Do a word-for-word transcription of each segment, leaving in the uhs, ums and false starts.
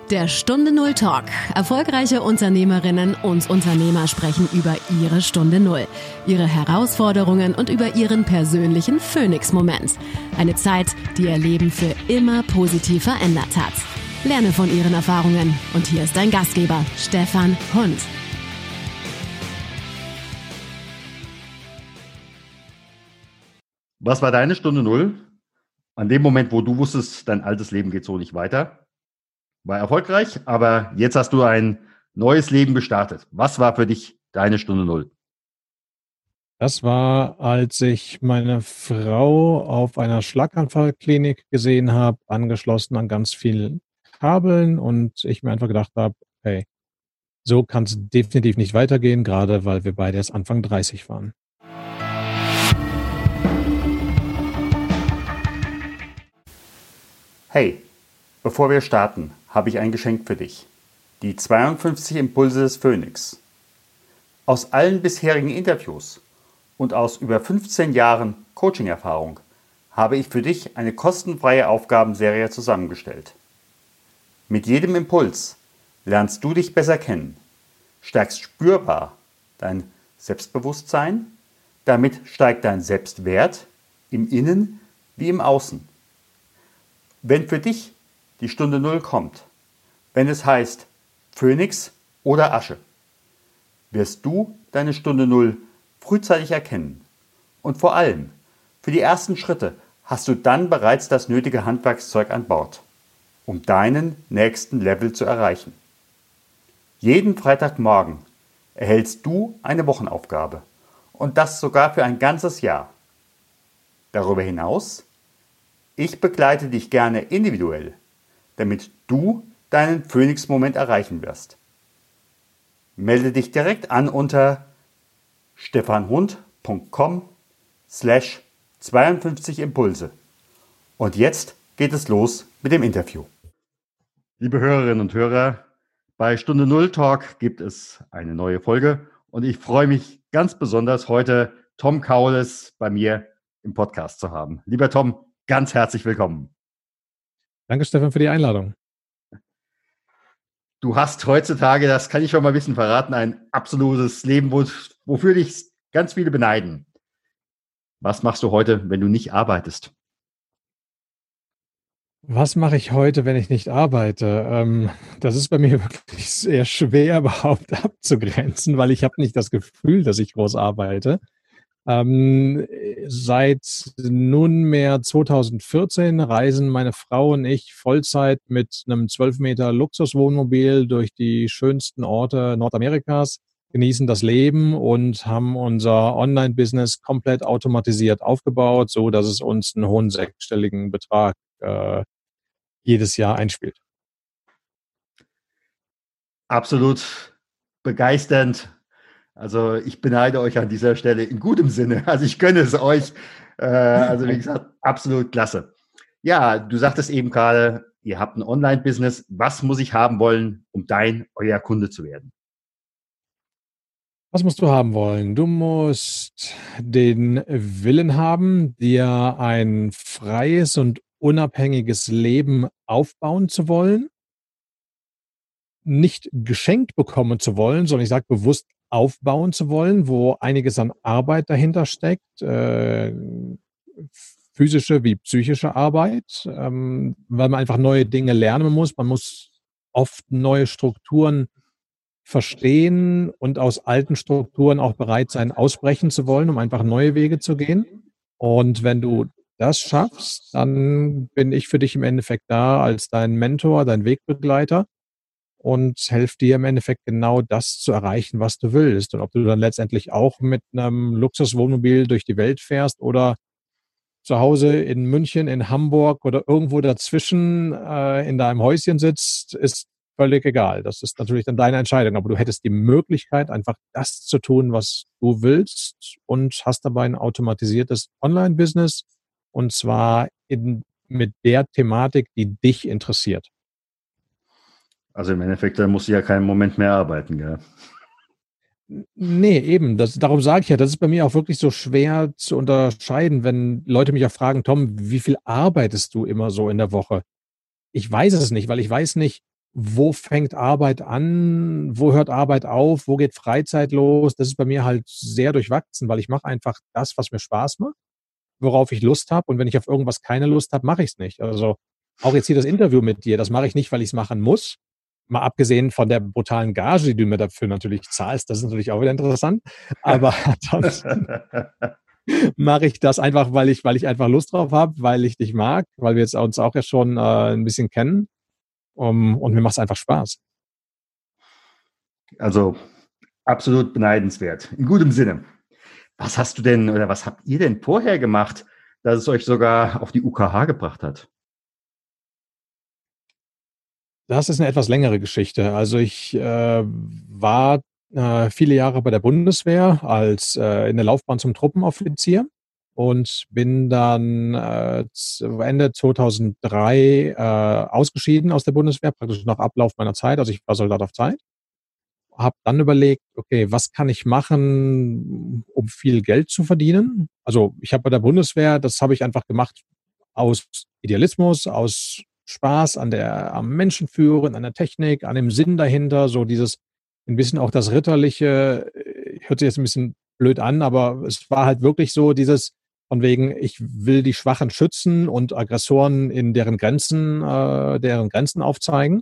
Der Stunde Null Talk. Erfolgreiche Unternehmerinnen und Unternehmer sprechen über ihre Stunde Null, ihre Herausforderungen und über ihren persönlichen Phoenix-Moment. Eine Zeit, die ihr Leben für immer positiv verändert hat. Lerne von ihren Erfahrungen. Und hier ist dein Gastgeber, Stefan Hund. Was war deine Stunde Null? An dem Moment, wo du wusstest, dein altes Leben geht so nicht weiter. War erfolgreich, aber jetzt hast du ein neues Leben gestartet. Was war für dich deine Stunde Null? Das war, als ich meine Frau auf einer Schlaganfallklinik gesehen habe, angeschlossen an ganz vielen Kabeln, und ich mir einfach gedacht habe, hey, so kann es definitiv nicht weitergehen, gerade weil wir beide erst Anfang dreißig waren. Hey, bevor wir starten, habe ich ein Geschenk für dich. Die zweiundfünfzig Impulse des Phoenix. Aus allen bisherigen Interviews und aus über fünfzehn Jahren Coaching-Erfahrung habe ich für dich eine kostenfreie Aufgabenserie zusammengestellt. Mit jedem Impuls lernst du dich besser kennen, stärkst spürbar dein Selbstbewusstsein, damit steigt dein Selbstwert im Innen wie im Außen. Wenn für dich die Stunde Null kommt, wenn es heißt Phoenix oder Asche, wirst du deine Stunde Null frühzeitig erkennen. Und vor allem, für die ersten Schritte hast du dann bereits das nötige Handwerkszeug an Bord, um deinen nächsten Level zu erreichen. Jeden Freitagmorgen erhältst du eine Wochenaufgabe, und das sogar für ein ganzes Jahr. Darüber hinaus, ich begleite dich gerne individuell, damit du deinen Phoenix-Moment erreichen wirst. Melde dich direkt an unter stefanhund punkt com slash zweiundfünfzig Impulse. Und jetzt geht es los mit dem Interview. Liebe Hörerinnen und Hörer, bei Stunde Null Talk gibt es eine neue Folge und ich freue mich ganz besonders, heute Tom Kaules bei mir im Podcast zu haben. Lieber Tom, ganz herzlich willkommen. Danke, Stefan, für die Einladung. Du hast heutzutage, das kann ich schon mal ein bisschen verraten, ein absolutes Leben, wo, wofür dich ganz viele beneiden. Was machst du heute, wenn du nicht arbeitest? Was mache ich heute, wenn ich nicht arbeite? Ähm, das ist bei mir wirklich sehr schwer überhaupt abzugrenzen, weil ich habe nicht das Gefühl, dass ich groß arbeite. Ähm, seit nunmehr zweitausendvierzehn reisen meine Frau und ich Vollzeit mit einem zwölf Meter Luxuswohnmobil durch die schönsten Orte Nordamerikas, genießen das Leben und haben unser Online-Business komplett automatisiert aufgebaut, so dass es uns einen hohen sechsstelligen Betrag äh, jedes Jahr einspielt. Absolut begeisternd. Also ich beneide euch an dieser Stelle in gutem Sinne. Also ich gönne es euch. Äh, also wie gesagt, absolut klasse. Ja, du sagtest eben gerade, ihr habt ein Online-Business. Was muss ich haben wollen, um dein, euer Kunde zu werden? Was musst du haben wollen? Du musst den Willen haben, dir ein freies und unabhängiges Leben aufbauen zu wollen, nicht geschenkt bekommen zu wollen, sondern ich sage bewusst aufbauen zu wollen, wo einiges an Arbeit dahinter steckt, äh, physische wie psychische Arbeit, ähm, weil man einfach neue Dinge lernen muss. Man muss oft neue Strukturen verstehen und aus alten Strukturen auch bereit sein, ausbrechen zu wollen, um einfach neue Wege zu gehen. Und wenn du das schaffst, dann bin ich für dich im Endeffekt da als dein Mentor, dein Wegbegleiter und helfe dir im Endeffekt genau das zu erreichen, was du willst. Und ob du dann letztendlich auch mit einem Luxuswohnmobil durch die Welt fährst oder zu Hause in München, in Hamburg oder irgendwo dazwischen äh, in deinem Häuschen sitzt, ist völlig egal. Das ist natürlich dann deine Entscheidung. Aber du hättest die Möglichkeit, einfach das zu tun, was du willst, und hast dabei ein automatisiertes Online-Business, und zwar in, mit der Thematik, die dich interessiert. Also im Endeffekt, da musst du ja keinen Moment mehr arbeiten, gell? Nee, eben. Das, darum sage ich ja, das ist bei mir auch wirklich so schwer zu unterscheiden, wenn Leute mich auch fragen, Tom, wie viel arbeitest du immer so in der Woche? Ich weiß es nicht, weil ich weiß nicht, wo fängt Arbeit an, wo hört Arbeit auf, wo geht Freizeit los. Das ist bei mir halt sehr durchwachsen, weil ich mache einfach das, was mir Spaß macht, worauf ich Lust habe. Und wenn ich auf irgendwas keine Lust habe, mache ich es nicht. Also auch jetzt hier das Interview mit dir, das mache ich nicht, weil ich es machen muss. Mal abgesehen von der brutalen Gage, die du mir dafür natürlich zahlst, das ist natürlich auch wieder interessant. Aber ansonsten mache ich das einfach, weil ich, weil ich einfach Lust drauf habe, weil ich dich mag, weil wir jetzt uns auch ja schon äh, ein bisschen kennen. Um, und mir macht es einfach Spaß. Also absolut beneidenswert. In gutem Sinne. Was hast du denn oder was habt ihr denn vorher gemacht, dass es euch sogar auf die U K H gebracht hat? Das ist eine etwas längere Geschichte. Also ich äh, war äh, viele Jahre bei der Bundeswehr als äh, in der Laufbahn zum Truppenoffizier und bin dann äh, Ende zweitausenddrei äh, ausgeschieden aus der Bundeswehr, praktisch nach Ablauf meiner Zeit. Also ich war Soldat auf Zeit. Habe dann überlegt, okay, was kann ich machen, um viel Geld zu verdienen? Also ich habe bei der Bundeswehr, das habe ich einfach gemacht aus Idealismus, aus Spaß an der, am Menschenführen, an der Technik, an dem Sinn dahinter, so dieses, ein bisschen auch das Ritterliche, hört sich jetzt ein bisschen blöd an, aber es war halt wirklich so dieses, von wegen, ich will die Schwachen schützen und Aggressoren in deren Grenzen, äh, deren Grenzen aufzeigen.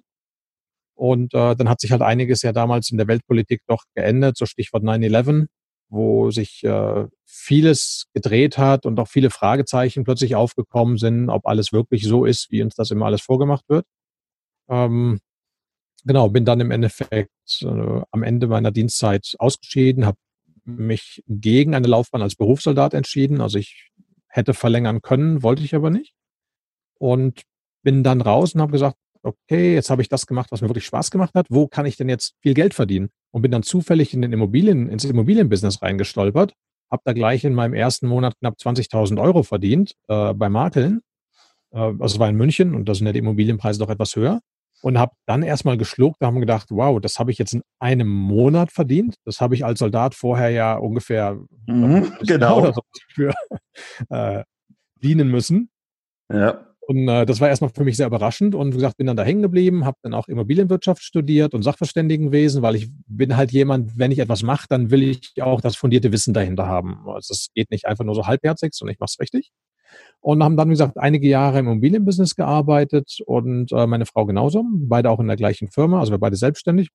Und äh, dann hat sich halt einiges ja damals in der Weltpolitik doch geändert, so Stichwort nine eleven, wo sich äh, vieles gedreht hat und auch viele Fragezeichen plötzlich aufgekommen sind, ob alles wirklich so ist, wie uns das immer alles vorgemacht wird. Ähm, genau, bin dann im Endeffekt äh, am Ende meiner Dienstzeit ausgeschieden, habe mich gegen eine Laufbahn als Berufssoldat entschieden. Also ich hätte verlängern können, wollte ich aber nicht. Und bin dann raus und habe gesagt, okay, jetzt habe ich das gemacht, was mir wirklich Spaß gemacht hat. Wo kann ich denn jetzt viel Geld verdienen? Und bin dann zufällig in den Immobilien, ins Immobilienbusiness reingestolpert. Habe da gleich in meinem ersten Monat knapp zwanzigtausend Euro verdient äh, bei Makkeln. Äh, also es war in München und da sind ja die Immobilienpreise doch etwas höher. Und habe dann erstmal geschluckt und habe gedacht, wow, das habe ich jetzt in einem Monat verdient. Das habe ich als Soldat vorher ja ungefähr Mhm, genau. oder so für äh, dienen müssen. Ja. Und äh, das war erstmal für mich sehr überraschend und wie gesagt, bin dann da hängen geblieben, habe dann auch Immobilienwirtschaft studiert und Sachverständigenwesen, weil ich bin halt jemand, wenn ich etwas mache, dann will ich auch das fundierte Wissen dahinter haben. Also es geht nicht einfach nur so halbherzig, sondern ich mache es richtig. Und haben dann, wie gesagt, einige Jahre im Immobilienbusiness gearbeitet und äh, meine Frau genauso, beide auch in der gleichen Firma, also wir beide selbstständig.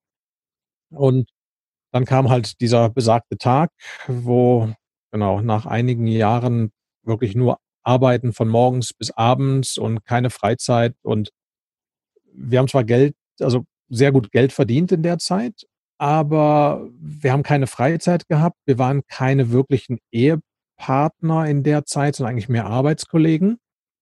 Und dann kam halt dieser besagte Tag, wo genau nach einigen Jahren wirklich nur Arbeiten von morgens bis abends und keine Freizeit. Und wir haben zwar Geld, also sehr gut Geld verdient in der Zeit, aber wir haben keine Freizeit gehabt. Wir waren keine wirklichen Ehepartner in der Zeit, sondern eigentlich mehr Arbeitskollegen.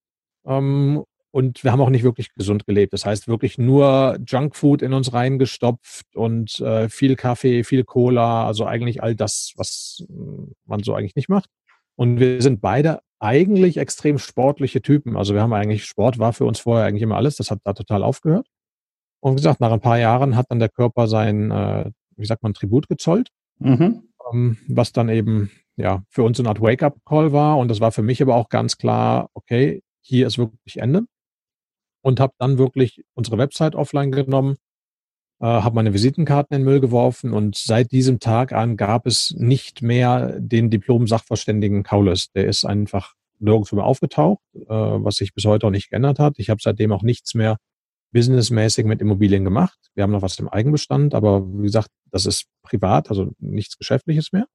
Ähm, und wir haben auch nicht wirklich gesund gelebt. Das heißt, wirklich nur Junkfood in uns reingestopft und äh, viel Kaffee, viel Cola, also eigentlich all das, was man so eigentlich nicht macht. Und wir sind beide eigentlich extrem sportliche Typen. Also wir haben eigentlich, Sport war für uns vorher eigentlich immer alles. Das hat da total aufgehört. Und wie gesagt, nach ein paar Jahren hat dann der Körper sein, äh, wie sagt man, Tribut gezollt. Mhm. Ähm, was dann eben, ja, für uns eine Art Wake-up-Call war. Und das war für mich aber auch ganz klar, okay, hier ist wirklich Ende. Und habe dann wirklich unsere Website offline genommen, äh, habe meine Visitenkarten in den Müll geworfen und seit diesem Tag an gab es nicht mehr den Diplom-Sachverständigen Kaulis. Der ist einfach nirgendwo mehr aufgetaucht, äh, was sich bis heute auch nicht geändert hat. Ich habe seitdem auch nichts mehr businessmäßig mit Immobilien gemacht. Wir haben noch was im Eigenbestand, aber wie gesagt, das ist privat, also nichts Geschäftliches mehr.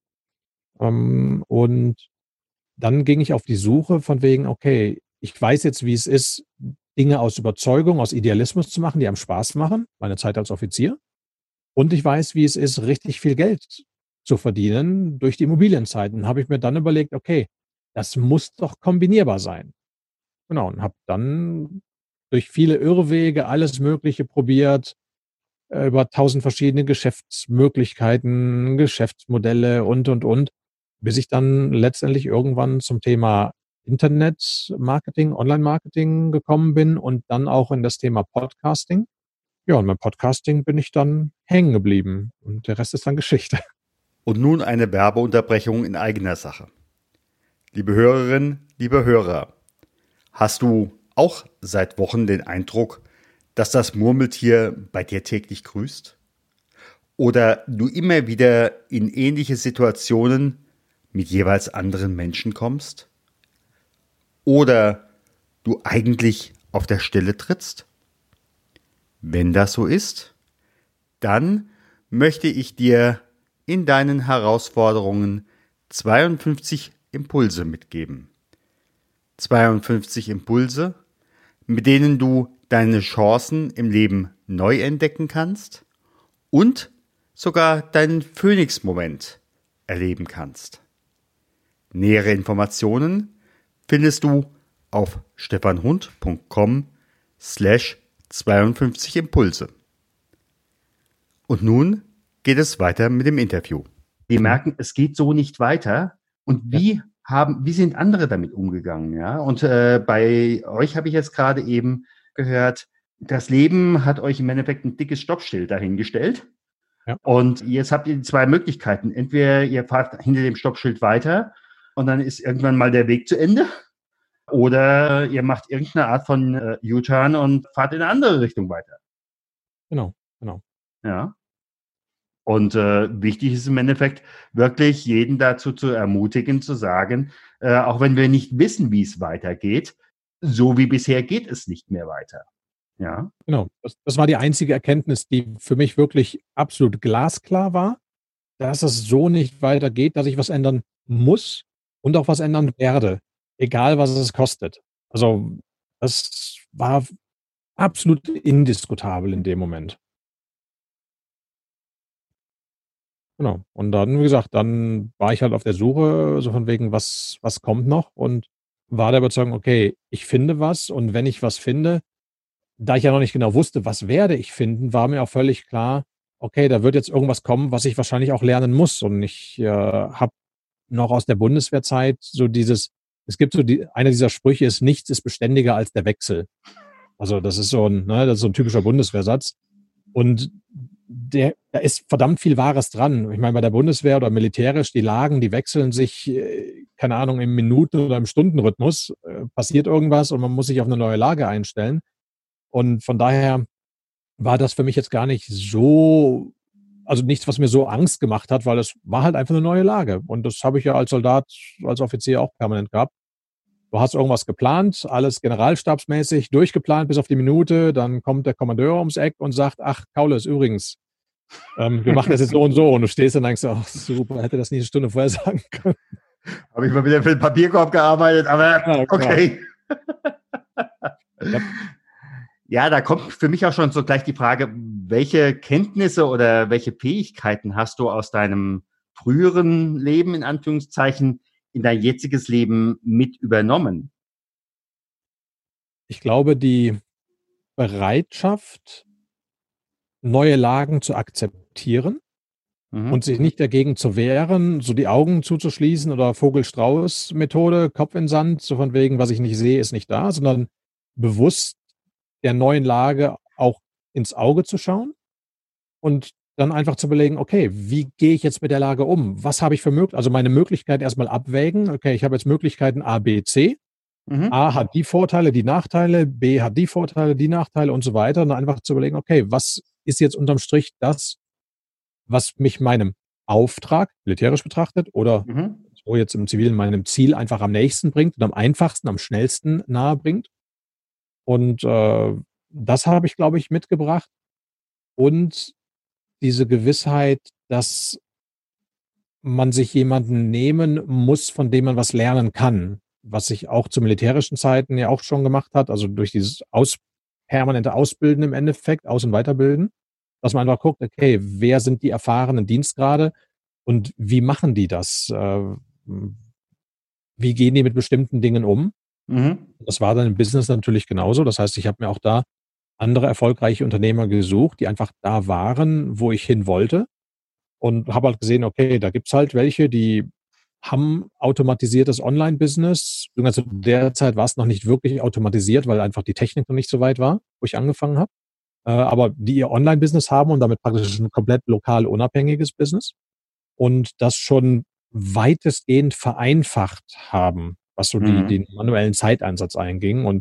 Ähm, und dann ging ich auf die Suche von wegen, okay, ich weiß jetzt, wie es ist, Dinge aus Überzeugung, aus Idealismus zu machen, die einem Spaß machen, meine Zeit als Offizier. Und ich weiß, wie es ist, richtig viel Geld zu verdienen durch die Immobilienzeiten. Habe ich mir dann überlegt, okay, das muss doch kombinierbar sein. Genau, und habe dann durch viele Irrwege alles Mögliche probiert, äh, über tausend verschiedene Geschäftsmöglichkeiten, Geschäftsmodelle und, und, und, bis ich dann letztendlich irgendwann zum Thema Internet-Marketing, Online-Marketing gekommen bin und dann auch in das Thema Podcasting. Ja, und beim Podcasting bin ich dann hängen geblieben und der Rest ist dann Geschichte. Und nun eine Werbeunterbrechung in eigener Sache. Liebe Hörerinnen, liebe Hörer, hast du auch seit Wochen den Eindruck, dass das Murmeltier bei dir täglich grüßt? Oder du immer wieder in ähnliche Situationen mit jeweils anderen Menschen kommst? Oder du eigentlich auf der Stelle trittst? Wenn das so ist, dann möchte ich dir in deinen Herausforderungen zweiundfünfzig Impulse mitgeben. zweiundfünfzig Impulse, mit denen du deine Chancen im Leben neu entdecken kannst und sogar deinen Phönix-Moment erleben kannst. Nähere Informationen findest du auf stefanhund.com slash 52 Impulse. Und nun geht es weiter mit dem Interview. Wir merken, es geht so nicht weiter. Und wie ja. haben, wie sind andere damit umgegangen? Ja? Und äh, bei euch habe ich jetzt gerade eben gehört, das Leben hat euch im Endeffekt ein dickes Stoppschild dahingestellt. Ja. Und jetzt habt ihr zwei Möglichkeiten. Entweder ihr fahrt hinter dem Stoppschild weiter und dann ist irgendwann mal der Weg zu Ende. Oder ihr macht irgendeine Art von äh, U-Turn und fahrt in eine andere Richtung weiter. Genau, genau. Ja. Und äh, wichtig ist im Endeffekt wirklich jeden dazu zu ermutigen, zu sagen, äh, auch wenn wir nicht wissen, wie es weitergeht, so wie bisher geht es nicht mehr weiter. Ja. Genau. Das, das war die einzige Erkenntnis, die für mich wirklich absolut glasklar war, dass es so nicht weitergeht, dass ich was ändern muss und auch was ändern werde, egal was es kostet. Also das war absolut indiskutabel in dem Moment. Genau. Und dann, wie gesagt, dann war ich halt auf der Suche, so von wegen, was, was kommt noch, und war der Überzeugung, okay, ich finde was, und wenn ich was finde, da ich ja noch nicht genau wusste, was werde ich finden, war mir auch völlig klar, okay, da wird jetzt irgendwas kommen, was ich wahrscheinlich auch lernen muss. Und ich äh, habe noch aus der Bundeswehrzeit so dieses, es gibt so die, einer dieser Sprüche ist, nichts ist beständiger als der Wechsel. Also das ist so ein, ne, das ist so ein typischer Bundeswehrsatz. Und der, da ist verdammt viel Wahres dran. Ich meine, bei der Bundeswehr oder militärisch, die Lagen, die wechseln sich, äh, keine Ahnung, im Minuten- oder im Stundenrhythmus, äh, passiert irgendwas und man muss sich auf eine neue Lage einstellen. Und von daher war das für mich jetzt gar nicht so, also nichts, was mir so Angst gemacht hat, weil es war halt einfach eine neue Lage. Und das habe ich ja als Soldat, als Offizier auch permanent gehabt. Du hast irgendwas geplant, alles generalstabsmäßig durchgeplant bis auf die Minute, dann kommt der Kommandeur ums Eck und sagt, ach, Kaules, übrigens, ähm, wir machen das jetzt so und so. Und du stehst dann und denkst, ach, super, hätte das nicht eine Stunde vorher sagen können. Habe ich mal wieder für den Papierkorb gearbeitet, aber ja, okay. Ja. Ja, da kommt für mich auch schon so gleich die Frage, welche Kenntnisse oder welche Fähigkeiten hast du aus deinem früheren Leben, in Anführungszeichen, in dein jetziges Leben mit übernommen? Ich glaube, die Bereitschaft, neue Lagen zu akzeptieren mhm. und sich nicht dagegen zu wehren, so die Augen zuzuschließen oder Vogel-Strauß-Methode, Kopf in Sand, so von wegen, was ich nicht sehe, ist nicht da, sondern bewusst der neuen Lage auch ins Auge zu schauen und dann einfach zu überlegen, okay, wie gehe ich jetzt mit der Lage um? Was habe ich für Möglichkeiten? Also meine Möglichkeiten erstmal abwägen. Okay, ich habe jetzt Möglichkeiten A, B, C. Mhm. A hat die Vorteile, die Nachteile, B hat die Vorteile, die Nachteile und so weiter. Und dann einfach zu überlegen, okay, was ist jetzt unterm Strich das, was mich meinem Auftrag, militärisch betrachtet, oder mhm. so jetzt im Zivilen meinem Ziel einfach am nächsten bringt und am einfachsten, am schnellsten nahe bringt. Und äh, das habe ich, glaube ich, mitgebracht. Und diese Gewissheit, dass man sich jemanden nehmen muss, von dem man was lernen kann. Was sich auch zu militärischen Zeiten ja auch schon gemacht hat, also durch dieses aus, permanente Ausbilden im Endeffekt, Aus- und Weiterbilden, dass man einfach guckt, okay, wer sind die erfahrenen Dienstgrade und wie machen die das? Äh, wie gehen die mit bestimmten Dingen um? Mhm. Das war dann im Business natürlich genauso. Das heißt, ich habe mir auch da andere erfolgreiche Unternehmer gesucht, die einfach da waren, wo ich hin wollte, und habe halt gesehen, okay, da gibt's halt welche, die haben automatisiertes Online-Business. Also zu der Zeit war es noch nicht wirklich automatisiert, weil einfach die Technik noch nicht so weit war, wo ich angefangen habe. Äh, aber die ihr Online-Business haben und damit praktisch ein komplett lokal unabhängiges Business und das schon weitestgehend vereinfacht haben, was so mhm. die, den manuellen Zeiteinsatz einging. Und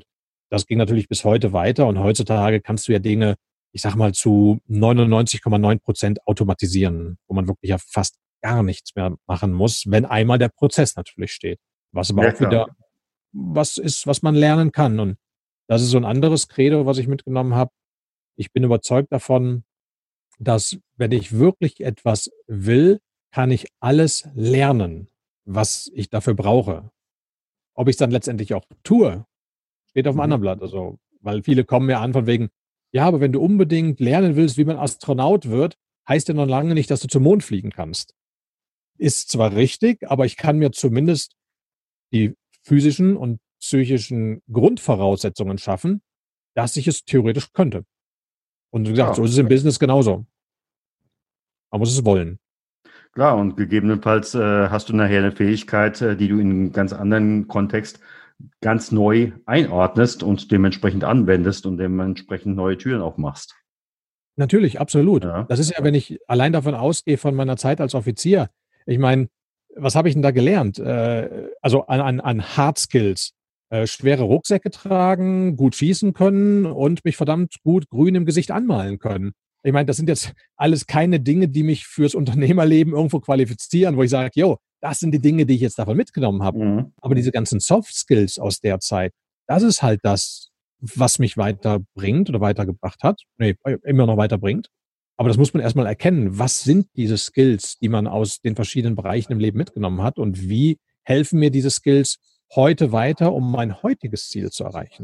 das ging natürlich bis heute weiter und heutzutage kannst du ja Dinge, ich sag mal, zu neunundneunzig Komma neun Prozent automatisieren, wo man wirklich ja fast gar nichts mehr machen muss, wenn einmal der Prozess natürlich steht. Was aber Ja, auch wieder klar. was ist, was man lernen kann. Und das ist so ein anderes Credo, was ich mitgenommen habe. Ich bin überzeugt davon, dass, wenn ich wirklich etwas will, kann ich alles lernen, was ich dafür brauche. Ob ich es dann letztendlich auch tue, steht auf dem Mhm. anderen Blatt. Also, weil viele kommen mir an von wegen, ja, aber wenn du unbedingt lernen willst, wie man Astronaut wird, heißt ja noch lange nicht, dass du zum Mond fliegen kannst. Ist zwar richtig, aber ich kann mir zumindest die physischen und psychischen Grundvoraussetzungen schaffen, dass ich es theoretisch könnte. Und wie gesagt, so Ja, ist es im Business genauso. Man muss es wollen. klar. Und gegebenenfalls äh, hast du nachher eine Fähigkeit, äh, die du in einem ganz anderen Kontext ganz neu einordnest und dementsprechend anwendest und dementsprechend neue Türen aufmachst. Natürlich, absolut. Ja. Das ist ja, wenn ich allein davon ausgehe von meiner Zeit als Offizier. Ich meine, was habe ich denn da gelernt? Äh, also an, an, an Hard Skills. Äh, schwere Rucksäcke tragen, gut schießen können und mich verdammt gut grün im Gesicht anmalen können. Ich meine, das sind jetzt alles keine Dinge, die mich fürs Unternehmerleben irgendwo qualifizieren, wo ich sage, jo, das sind die Dinge, die ich jetzt davon mitgenommen habe. Mhm. Aber diese ganzen Soft Skills aus der Zeit, das ist halt das, was mich weiterbringt oder weitergebracht hat. Nee, immer noch weiterbringt. Aber das muss man erstmal erkennen. Was sind diese Skills, die man aus den verschiedenen Bereichen im Leben mitgenommen hat und wie helfen mir diese Skills heute weiter, um mein heutiges Ziel zu erreichen?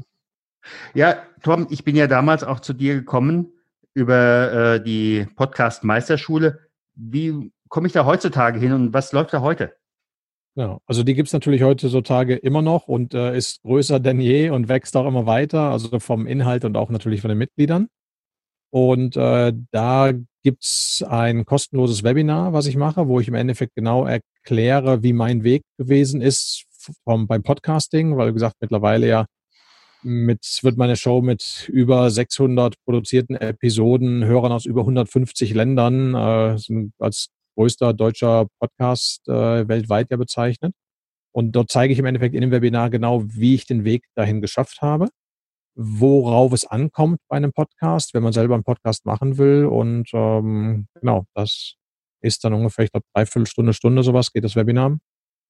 Ja, Tom, ich bin ja damals auch zu dir gekommen über äh, die Podcast-Meisterschule. Wie komme ich da heutzutage hin und was läuft da heute? Ja, also die gibt es natürlich heutzutage immer noch und äh, ist größer denn je und wächst auch immer weiter, also vom Inhalt und auch natürlich von den Mitgliedern. Und äh, da gibt's ein kostenloses Webinar, was ich mache, wo ich im Endeffekt genau erkläre, wie mein Weg gewesen ist vom, beim Podcasting, weil wie gesagt, mittlerweile ja mit, wird meine Show mit über sechshundert produzierten Episoden, Hörern aus über hundertfünfzig Ländern, äh, sind als größter deutscher Podcast äh, weltweit ja bezeichnet. Und dort zeige ich im Endeffekt in dem Webinar genau, wie ich den Weg dahin geschafft habe, worauf es ankommt bei einem Podcast, wenn man selber einen Podcast machen will. Und ähm, genau, das ist dann ungefähr, ich glaube, dreiviertel Stunde, Stunde sowas geht das Webinar.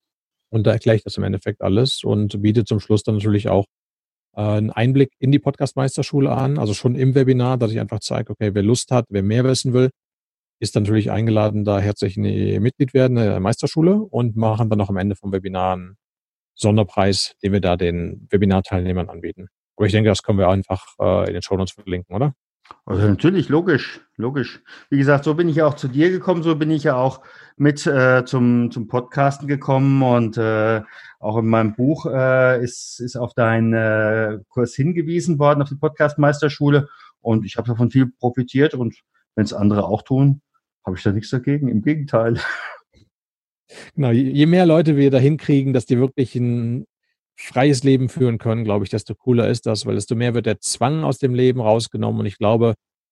Und da erkläre ich das im Endeffekt alles und biete zum Schluss dann natürlich auch äh, einen Einblick in die Podcast-Meisterschule an. Also schon im Webinar, dass ich einfach zeige, okay, wer Lust hat, wer mehr wissen will, ist dann natürlich eingeladen, da herzlich ein Mitglied werden in der Meisterschule und machen dann noch am Ende vom Webinar einen Sonderpreis, den wir da den Webinarteilnehmern anbieten. Aber ich denke, das können wir einfach äh, in den Shownotes verlinken, oder? Also natürlich, logisch, logisch. Wie gesagt, so bin ich ja auch zu dir gekommen, so bin ich ja auch mit äh, zum, zum Podcasten gekommen und äh, auch in meinem Buch äh, ist, ist auf deinen äh, Kurs hingewiesen worden, auf die Podcast-Meisterschule und ich habe davon viel profitiert und wenn es andere auch tun, habe ich da nichts dagegen, im Gegenteil. Genau, je, je mehr Leute wir da hinkriegen, dass die wirklich ein freies Leben führen können, glaube ich, desto cooler ist das, weil desto mehr wird der Zwang aus dem Leben rausgenommen und ich glaube,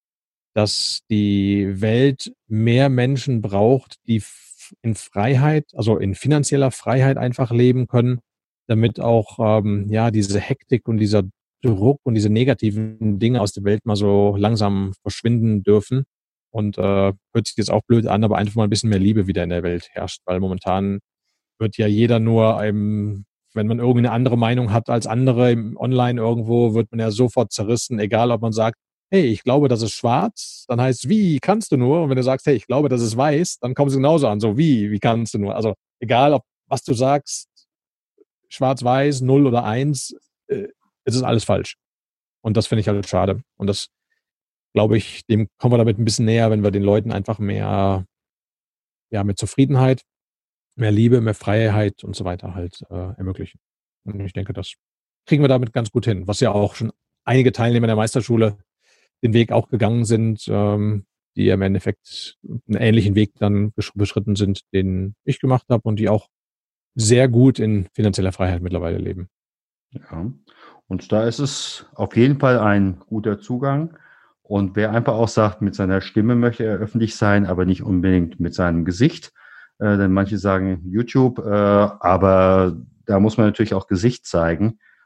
dass die Welt mehr Menschen braucht, die in Freiheit, also in finanzieller Freiheit einfach leben können, damit auch ähm, ja diese Hektik und dieser Druck und diese negativen Dinge aus der Welt mal so langsam verschwinden dürfen. Und äh, hört sich jetzt auch blöd an, aber einfach mal ein bisschen mehr Liebe wieder in der Welt herrscht, weil momentan wird ja jeder nur einem, wenn man irgendeine andere Meinung hat als andere im Online irgendwo, wird man ja sofort zerrissen, egal ob man sagt, hey, ich glaube, das ist schwarz, dann heißt es, wie kannst du nur? Und wenn du sagst, hey, ich glaube, das ist weiß, dann kommt es genauso an, so wie, wie kannst du nur? Also egal, ob was du sagst, schwarz-weiß, null oder eins, äh, es ist alles falsch. Und das finde ich halt schade. Und das, glaube ich, dem kommen wir damit ein bisschen näher, wenn wir den Leuten einfach mehr, ja, mehr Zufriedenheit, mehr Liebe, mehr Freiheit und so weiter halt äh, ermöglichen. Und ich denke, das kriegen wir damit ganz gut hin, was ja auch schon einige Teilnehmer der Meisterschule den Weg auch gegangen sind, ähm, die im Endeffekt einen ähnlichen Weg dann beschritten sind, den ich gemacht habe und die auch sehr gut in finanzieller Freiheit mittlerweile leben. Ja, und da ist es auf jeden Fall ein guter Zugang. Und wer einfach auch sagt, mit seiner Stimme möchte er öffentlich sein, aber nicht unbedingt mit seinem Gesicht, äh, denn manche sagen YouTube, äh, aber da muss man natürlich auch Gesicht zeigen.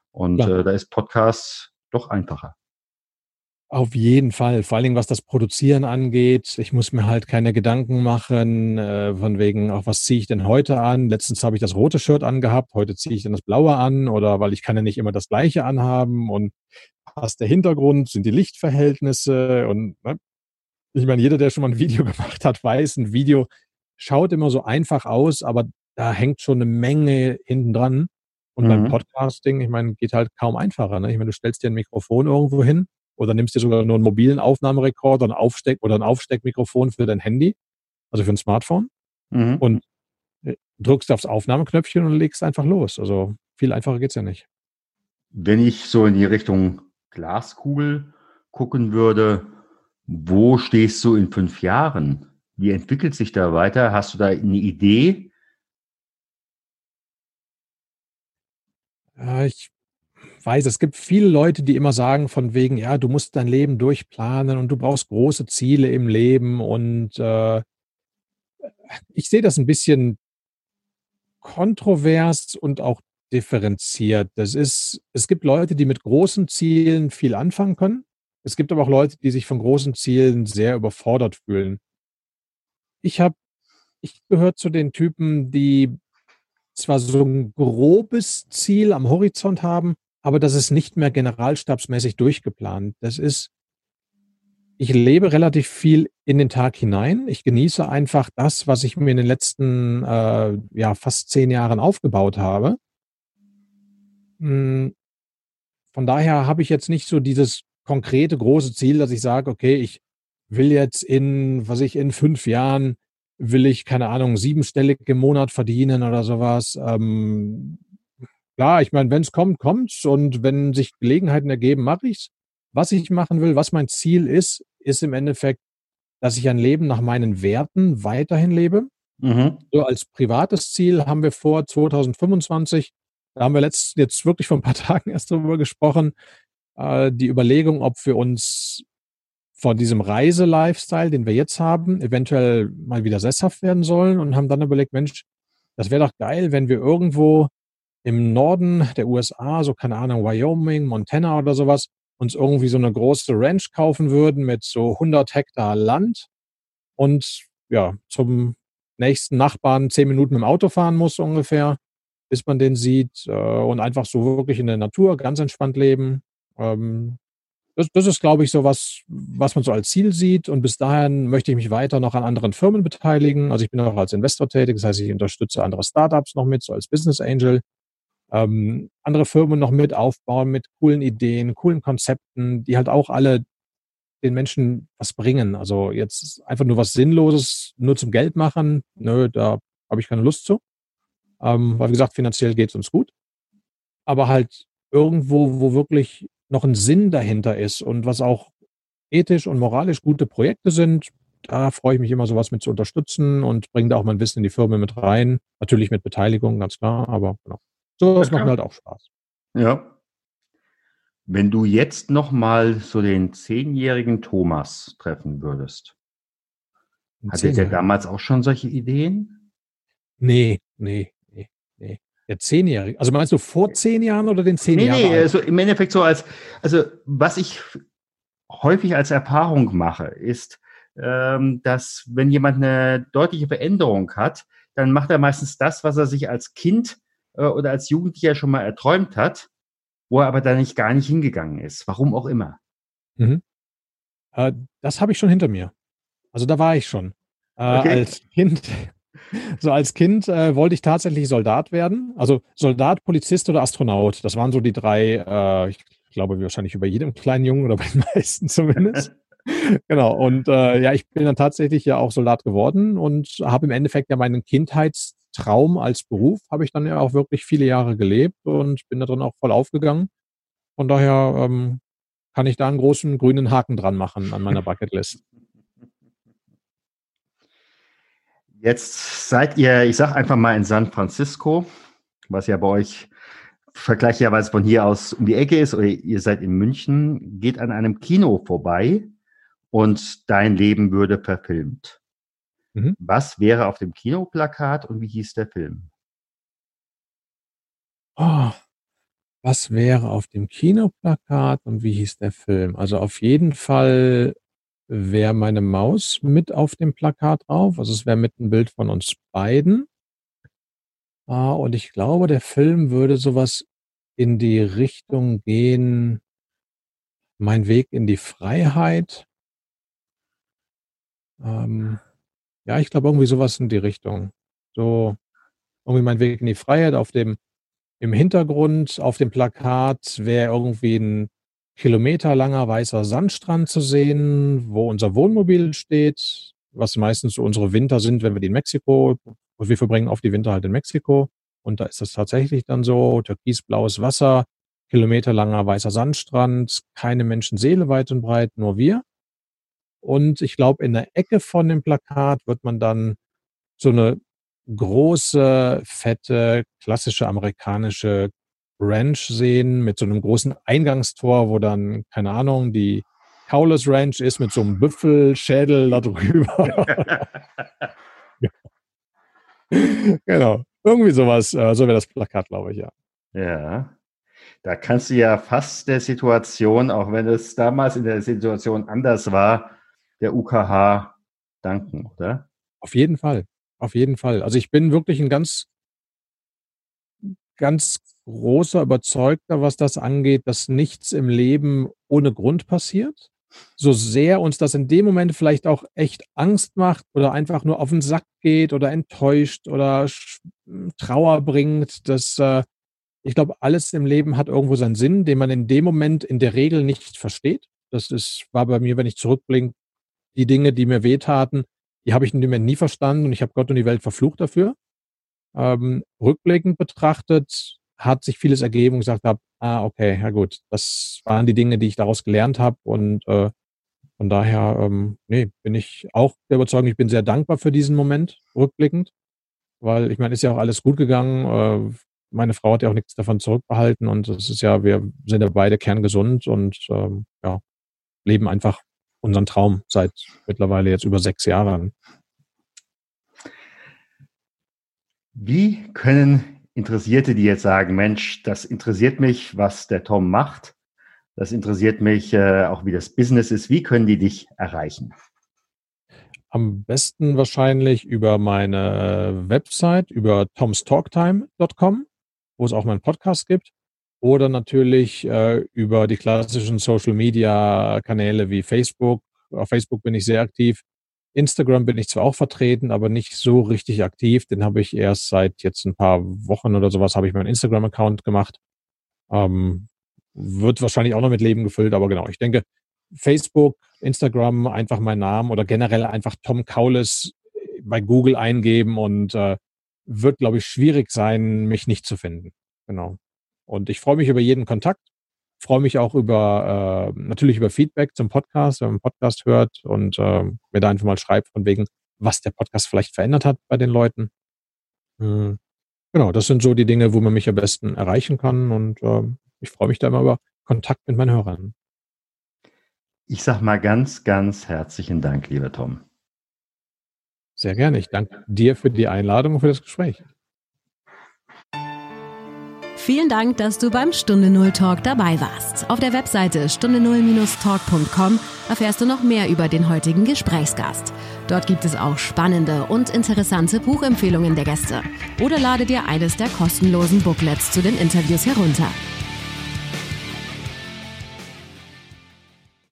Und äh, da ist Podcast doch einfacher. Auf jeden Fall, vor allen Dingen, was das Produzieren angeht. Ich muss mir halt keine Gedanken machen, äh, von wegen, auch was ziehe ich denn heute an? Letztens habe ich das rote Shirt angehabt, heute ziehe ich dann das blaue an, oder weil ich kann ja nicht immer das gleiche anhaben, und passt der Hintergrund, sind die Lichtverhältnisse, und ne? Ich meine, jeder, der schon mal ein Video gemacht hat, weiß, ein Video schaut immer so einfach aus, aber da hängt schon eine Menge hinten dran. Und beim Mhm. Podcasting, ich meine, geht halt kaum einfacher, ne? Ich meine, du stellst dir ein Mikrofon irgendwo hin oder nimmst dir sogar nur einen mobilen Aufnahmerekorder, ein Aufsteck oder ein Aufsteckmikrofon für dein Handy, also für ein Smartphone, Mhm. und äh, drückst aufs Aufnahmeknöpfchen und legst einfach los. Also viel einfacher geht's ja nicht. Wenn ich so in die Richtung Glaskugel gucken würde, wo stehst du in fünf Jahren? Wie entwickelt sich da weiter? Hast du da eine Idee? Ja, ich weiß, es gibt viele Leute, die immer sagen von wegen, ja, du musst dein Leben durchplanen und du brauchst große Ziele im Leben, und äh, ich sehe das ein bisschen kontrovers und auch differenziert. Das ist, es gibt Leute, die mit großen Zielen viel anfangen können. Es gibt aber auch Leute, die sich von großen Zielen sehr überfordert fühlen. Ich habe, ich gehöre zu den Typen, die zwar so ein grobes Ziel am Horizont haben, aber das ist nicht mehr generalstabsmäßig durchgeplant. Das ist, ich lebe relativ viel in den Tag hinein. Ich genieße einfach das, was ich mir in den letzten äh, ja, fast zehn Jahren aufgebaut habe. Hm, Von daher habe ich jetzt nicht so dieses konkrete große Ziel, dass ich sage, okay, ich will jetzt in, was ich, in fünf Jahren will ich, keine Ahnung, siebenstellig im Monat verdienen oder sowas. Ähm, klar, ich meine, wenn es kommt, kommt's, und wenn sich Gelegenheiten ergeben, mache ich's. Was ich machen will, was mein Ziel ist, ist im Endeffekt, dass ich ein Leben nach meinen Werten weiterhin lebe. Mhm. So als privates Ziel haben wir vor zwanzig fünfundzwanzig, da haben wir letzt, jetzt wirklich vor ein paar Tagen erst drüber gesprochen, äh, die Überlegung, ob wir uns von diesem Reise-Lifestyle, den wir jetzt haben, eventuell mal wieder sesshaft werden sollen, und haben dann überlegt, Mensch, das wäre doch geil, wenn wir irgendwo im Norden der U S A, so keine Ahnung, Wyoming, Montana oder sowas, uns irgendwie so eine große Ranch kaufen würden mit so hundert Hektar Land, und ja, zum nächsten Nachbarn zehn Minuten mit dem Auto fahren muss ungefähr, bis man den sieht, äh, und einfach so wirklich in der Natur ganz entspannt leben. Ähm, das, das ist, glaube ich, so was, was man so als Ziel sieht. Und bis dahin möchte ich mich weiter noch an anderen Firmen beteiligen. Also ich bin auch als Investor tätig, das heißt, ich unterstütze andere Startups noch mit, so als Business Angel. Ähm, andere Firmen noch mit aufbauen mit coolen Ideen, coolen Konzepten, die halt auch alle den Menschen was bringen. Also jetzt einfach nur was Sinnloses, nur zum Geld machen, nö, da habe ich keine Lust zu. Ähm, weil, wie gesagt, finanziell geht es uns gut. Aber halt irgendwo, wo wirklich noch ein Sinn dahinter ist und was auch ethisch und moralisch gute Projekte sind, da freue ich mich immer, sowas mit zu unterstützen, und bringe da auch mein Wissen in die Firma mit rein. Natürlich mit Beteiligung, ganz klar, aber genau. Ja, Sowas macht mir klar. halt auch Spaß. Ja. Wenn du jetzt noch mal so den zehnjährigen Thomas treffen würdest, Ein hatte der Zehnjähriger. damals auch schon solche Ideen? Nee, nee, nee, nee. Der Zehnjährige. Also meinst du vor zehn Jahren oder den zehn Nee, Jahre nee, alt? also im Endeffekt so als, also was ich häufig als Erfahrung mache, ist, ähm, dass wenn jemand eine deutliche Veränderung hat, dann macht er meistens das, was er sich als Kind äh, oder als Jugendlicher schon mal erträumt hat, wo er aber da nicht gar nicht hingegangen ist. Warum auch immer. Mhm. Äh, das habe ich schon hinter mir. Also da war ich schon. Äh, Okay? als Kind, so als Kind äh, wollte ich tatsächlich Soldat werden. Also Soldat, Polizist oder Astronaut. Das waren so die drei, äh, ich glaube wahrscheinlich über jedem kleinen Jungen oder bei den meisten zumindest. Genau. Und äh, ja, ich bin dann tatsächlich ja auch Soldat geworden und habe im Endeffekt ja meinen Kindheitstraum als Beruf, habe ich dann ja auch wirklich viele Jahre gelebt und bin da drin auch voll aufgegangen. Von daher ähm, kann ich da einen großen grünen Haken dran machen an meiner Bucketlist. Jetzt seid ihr, ich sag einfach mal in San Francisco, was ja bei euch vergleichsweise von hier aus um die Ecke ist, oder ihr seid in München, geht an einem Kino vorbei und dein Leben würde verfilmt. Mhm. Was wäre auf dem Kinoplakat und wie hieß der Film? Oh, Was wäre auf dem Kinoplakat und wie hieß der Film? Also auf jeden Fall wäre meine Maus mit auf dem Plakat drauf. Also es wäre mit ein Bild von uns beiden. Ah, und ich glaube, der Film würde sowas in die Richtung gehen, Mein Weg in die Freiheit. Ähm, ja, ich glaube irgendwie sowas in die Richtung. So irgendwie Mein Weg in die Freiheit auf dem Im Hintergrund auf dem Plakat wäre irgendwie ein kilometerlanger weißer Sandstrand zu sehen, wo unser Wohnmobil steht, was meistens so unsere Winter sind, wenn wir die in Mexiko und wir verbringen oft die Winter halt in Mexiko. Und da ist das tatsächlich dann so, türkisblaues Wasser, kilometerlanger weißer Sandstrand, keine Menschenseele weit und breit, nur wir. Und ich glaube, in der Ecke von dem Plakat wird man dann so eine große, fette, klassische amerikanische Ranch sehen mit so einem großen Eingangstor, wo dann, keine Ahnung, die Cowles Ranch ist mit so einem Büffelschädel da drüber. Ja. Genau. Irgendwie sowas, äh, so wäre das Plakat, glaube ich, ja. Ja, da kannst du ja fast der Situation, auch wenn es damals in der Situation anders war, der U K H danken, oder? Auf jeden Fall. Auf jeden Fall. Also ich bin wirklich ein ganz, ganz großer Überzeugter, was das angeht, dass nichts im Leben ohne Grund passiert. So sehr uns das in dem Moment vielleicht auch echt Angst macht oder einfach nur auf den Sack geht oder enttäuscht oder Sch- Trauer bringt, dass äh, ich glaube, alles im Leben hat irgendwo seinen Sinn, den man in dem Moment in der Regel nicht versteht. Das ist, war bei mir, wenn ich zurückblinke, die Dinge, die mir wehtaten, die habe ich in dem Moment nie verstanden und ich habe Gott und die Welt verflucht dafür. Ähm, rückblickend betrachtet hat sich vieles ergeben und gesagt habe, ah, okay, ja gut, das waren die Dinge, die ich daraus gelernt habe und äh, von daher, ähm, nee, bin ich auch der Überzeugung, ich bin sehr dankbar für diesen Moment, rückblickend, weil ich meine, ist ja auch alles gut gegangen. Äh, meine Frau hat ja auch nichts davon zurückbehalten und es ist ja, wir sind ja beide kerngesund und ähm, ja, leben einfach unseren Traum seit mittlerweile jetzt über sechs Jahren. Wie können Interessierte, die jetzt sagen, Mensch, das interessiert mich, was der Tom macht, das interessiert mich äh, auch, wie das Business ist, wie können die dich erreichen? Am besten wahrscheinlich über meine Website, über toms talktime Punkt com, wo es auch meinen Podcast gibt. Oder natürlich äh, über die klassischen Social-Media-Kanäle wie Facebook. Auf Facebook bin ich sehr aktiv. Instagram bin ich zwar auch vertreten, aber nicht so richtig aktiv. Den habe ich erst seit jetzt ein paar Wochen oder sowas, habe ich meinen Instagram-Account gemacht. Ähm, wird wahrscheinlich auch noch mit Leben gefüllt, aber genau, ich denke, Facebook, Instagram, einfach meinen Namen oder generell einfach Tom Cowles bei Google eingeben und äh, wird, glaube ich, schwierig sein, mich nicht zu finden. Genau. Und ich freue mich über jeden Kontakt, freue mich auch über äh, natürlich über Feedback zum Podcast, wenn man einen Podcast hört und äh, mir da einfach mal schreibt, von wegen, was der Podcast vielleicht verändert hat bei den Leuten. Hm. Genau, das sind so die Dinge, wo man mich am besten erreichen kann und äh, ich freue mich da immer über Kontakt mit meinen Hörern. Ich sage mal ganz, ganz herzlichen Dank, lieber Tom. Sehr gerne. Ich danke dir für die Einladung und für das Gespräch. Vielen Dank, dass du beim Stunde Null Talk dabei warst. Auf der Webseite stunde null talk punkt com erfährst du noch mehr über den heutigen Gesprächsgast. Dort gibt es auch spannende und interessante Buchempfehlungen der Gäste. Oder lade dir eines der kostenlosen Booklets zu den Interviews herunter.